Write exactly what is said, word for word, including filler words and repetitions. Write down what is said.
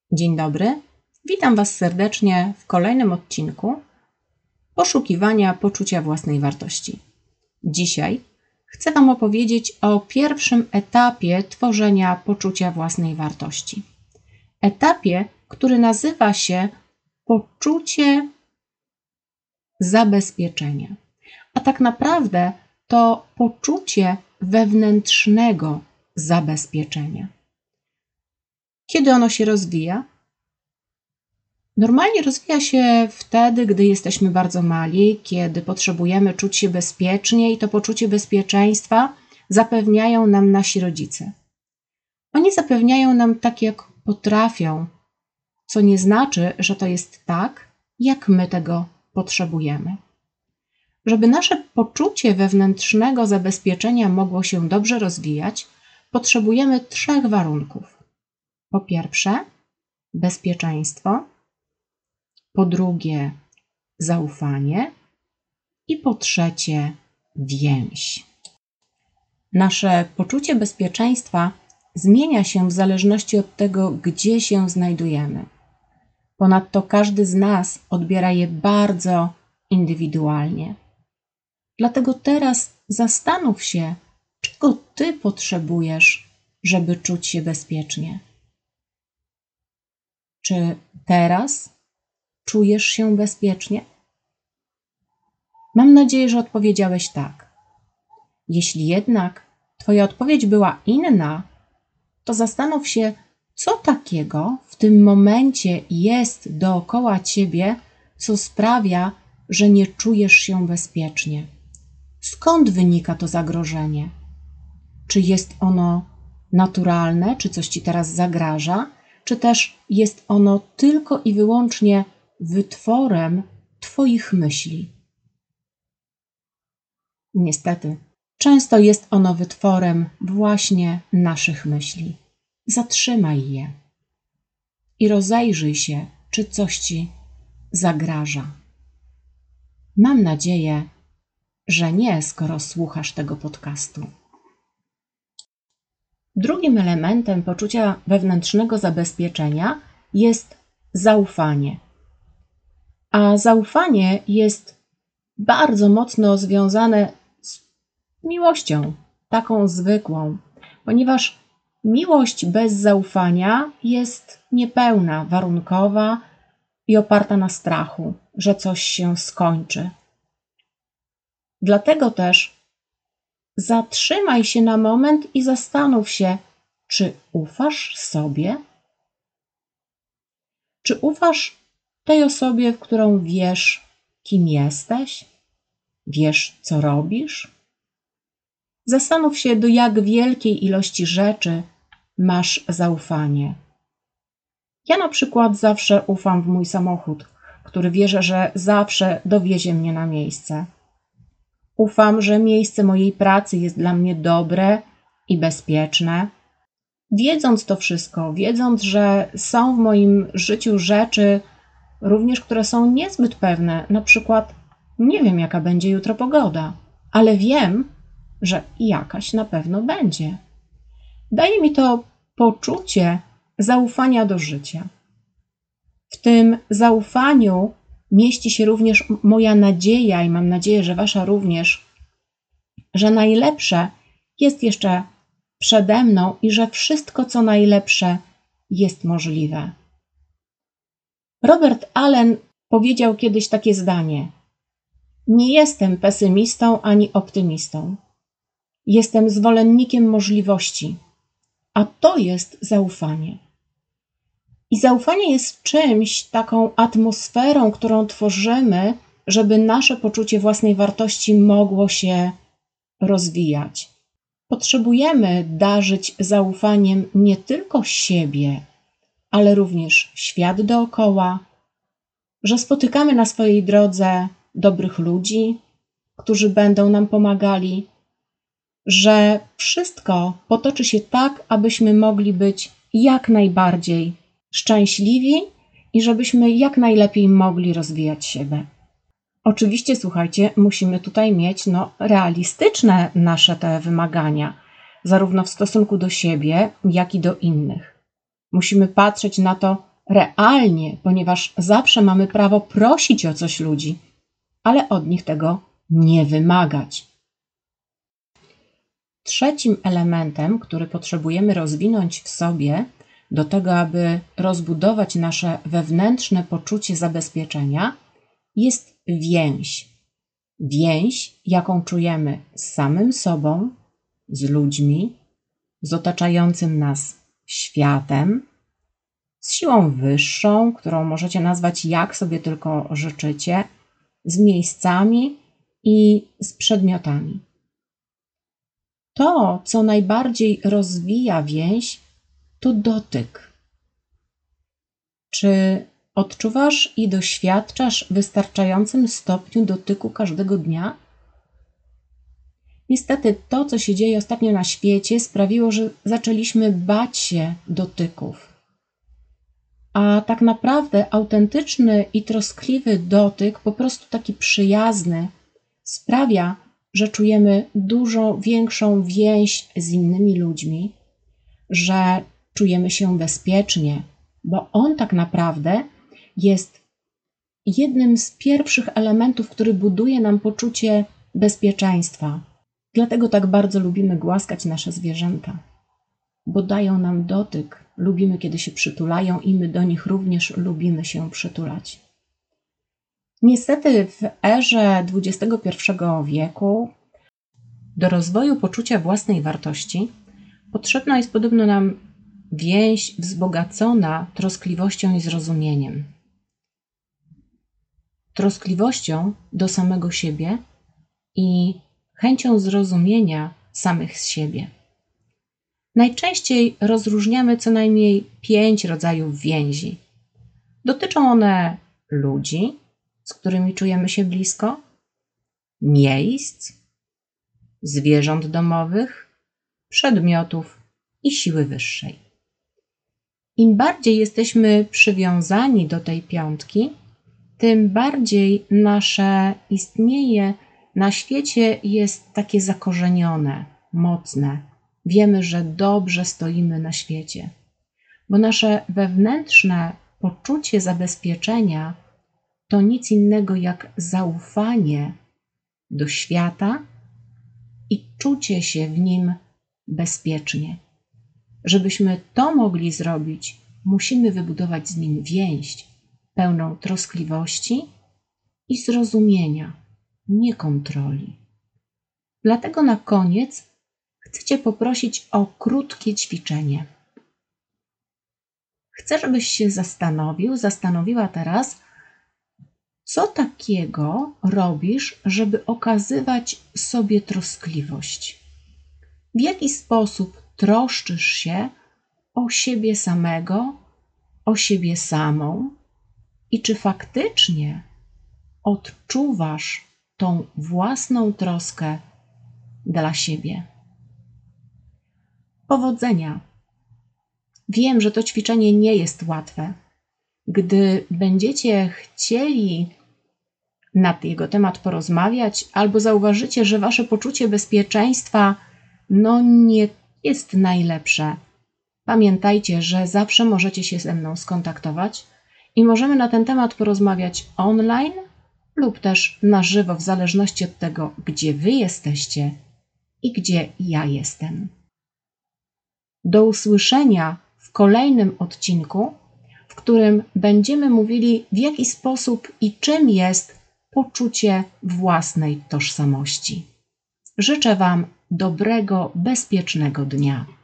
Dzień dobry, witam Was serdecznie w kolejnym odcinku poszukiwania poczucia własnej wartości. Dzisiaj chcę Wam opowiedzieć o pierwszym etapie tworzenia poczucia własnej wartości. Etapie, który nazywa się poczucie zabezpieczenia. A tak naprawdę to poczucie wewnętrznego zabezpieczenia. Kiedy ono się rozwija? Normalnie rozwija się wtedy, gdy jesteśmy bardzo mali, kiedy potrzebujemy czuć się bezpiecznie i to poczucie bezpieczeństwa zapewniają nam nasi rodzice. Oni zapewniają nam tak, jak potrafią, co nie znaczy, że to jest tak, jak my tego potrzebujemy. Żeby nasze poczucie wewnętrznego zabezpieczenia mogło się dobrze rozwijać, potrzebujemy trzech warunków. Po pierwsze, bezpieczeństwo, po drugie, zaufanie i po trzecie, więź. Nasze poczucie bezpieczeństwa zmienia się w zależności od tego, gdzie się znajdujemy. Ponadto każdy z nas odbiera je bardzo indywidualnie. Dlatego teraz zastanów się, czego Ty potrzebujesz, żeby czuć się bezpiecznie. Czy teraz czujesz się bezpiecznie? Mam nadzieję, że odpowiedziałeś tak. Jeśli jednak Twoja odpowiedź była inna, to zastanów się, co takiego w tym momencie jest dookoła Ciebie, co sprawia, że nie czujesz się bezpiecznie. Skąd wynika to zagrożenie? Czy jest ono naturalne, czy coś Ci teraz zagraża? Czy też jest ono tylko i wyłącznie wytworem Twoich myśli? Niestety, często jest ono wytworem właśnie naszych myśli. Zatrzymaj je i rozejrzyj się, czy coś Ci zagraża. Mam nadzieję, że nie, skoro słuchasz tego podcastu. Drugim elementem poczucia wewnętrznego zabezpieczenia jest zaufanie. A zaufanie jest bardzo mocno związane z miłością, taką zwykłą, ponieważ miłość bez zaufania jest niepełna, warunkowa i oparta na strachu, że coś się skończy. Dlatego też zatrzymaj się na moment i zastanów się, czy ufasz sobie? Czy ufasz tej osobie, w którą wiesz, kim jesteś? Wiesz, co robisz? Zastanów się, do jak wielkiej ilości rzeczy masz zaufanie. Ja na przykład zawsze ufam w mój samochód, który wierzę, że zawsze dowiezie mnie na miejsce. Ufam, że miejsce mojej pracy jest dla mnie dobre i bezpieczne. Wiedząc to wszystko, wiedząc, że są w moim życiu rzeczy, również które są niezbyt pewne, na przykład nie wiem, jaka będzie jutro pogoda, ale wiem, że jakaś na pewno będzie. Daje mi to poczucie zaufania do życia. W tym zaufaniu mieści się również moja nadzieja i mam nadzieję, że Wasza również, że najlepsze jest jeszcze przede mną i że wszystko, co najlepsze, jest możliwe. Robert Allen powiedział kiedyś takie zdanie: nie jestem pesymistą ani optymistą. Jestem zwolennikiem możliwości, a to jest zaufanie. I zaufanie jest czymś, taką atmosferą, którą tworzymy, żeby nasze poczucie własnej wartości mogło się rozwijać. Potrzebujemy darzyć zaufaniem nie tylko siebie, ale również świat dookoła, że spotykamy na swojej drodze dobrych ludzi, którzy będą nam pomagali, że wszystko potoczy się tak, abyśmy mogli być jak najbardziej szczęśliwi i żebyśmy jak najlepiej mogli rozwijać siebie. Oczywiście, słuchajcie, musimy tutaj mieć no, realistyczne nasze te wymagania, zarówno w stosunku do siebie, jak i do innych. Musimy patrzeć na to realnie, ponieważ zawsze mamy prawo prosić o coś ludzi, ale od nich tego nie wymagać. Trzecim elementem, który potrzebujemy rozwinąć w sobie do tego, aby rozbudować nasze wewnętrzne poczucie zabezpieczenia, jest więź. Więź, jaką czujemy z samym sobą, z ludźmi, z otaczającym nas światem, z siłą wyższą, którą możecie nazwać jak sobie tylko życzycie, z miejscami i z przedmiotami. To, co najbardziej rozwija więź, to dotyk. Czy odczuwasz i doświadczasz w wystarczającym stopniu dotyku każdego dnia? Niestety to, co się dzieje ostatnio na świecie, sprawiło, że zaczęliśmy bać się dotyków. A tak naprawdę autentyczny i troskliwy dotyk, po prostu taki przyjazny, sprawia, że czujemy dużo większą więź z innymi ludźmi, że czujemy się bezpiecznie, bo on tak naprawdę jest jednym z pierwszych elementów, który buduje nam poczucie bezpieczeństwa. Dlatego tak bardzo lubimy głaskać nasze zwierzęta, bo dają nam dotyk. Lubimy, kiedy się przytulają i my do nich również lubimy się przytulać. Niestety w erze dwudziestego pierwszego wieku do rozwoju poczucia własnej wartości potrzebna jest podobno nam więź wzbogacona troskliwością i zrozumieniem. Troskliwością do samego siebie i chęcią zrozumienia samych z siebie. Najczęściej rozróżniamy co najmniej pięć rodzajów więzi. Dotyczą one ludzi, z którymi czujemy się blisko, miejsc, zwierząt domowych, przedmiotów i siły wyższej. Im bardziej jesteśmy przywiązani do tej piątki, tym bardziej nasze istnienie na świecie jest takie zakorzenione, mocne. Wiemy, że dobrze stoimy na świecie, bo nasze wewnętrzne poczucie zabezpieczenia to nic innego jak zaufanie do świata i czucie się w nim bezpiecznie. Żebyśmy to mogli zrobić, musimy wybudować z nim więź pełną troskliwości i zrozumienia, nie kontroli. Dlatego na koniec chcę Cię poprosić o krótkie ćwiczenie. Chcę, żebyś się zastanowił, zastanowiła teraz, co takiego robisz, żeby okazywać sobie troskliwość. W jaki sposób troszczysz się o siebie samego, o siebie samą i czy faktycznie odczuwasz tą własną troskę dla siebie. Powodzenia! Wiem, że to ćwiczenie nie jest łatwe. Gdy będziecie chcieli na jego temat porozmawiać albo zauważycie, że wasze poczucie bezpieczeństwa no nie jest najlepsze, pamiętajcie, że zawsze możecie się ze mną skontaktować i możemy na ten temat porozmawiać online lub też na żywo, w zależności od tego, gdzie wy jesteście i gdzie ja jestem. Do usłyszenia w kolejnym odcinku, w którym będziemy mówili, w jaki sposób i czym jest poczucie własnej tożsamości. Życzę Wam dobrego, bezpiecznego dnia.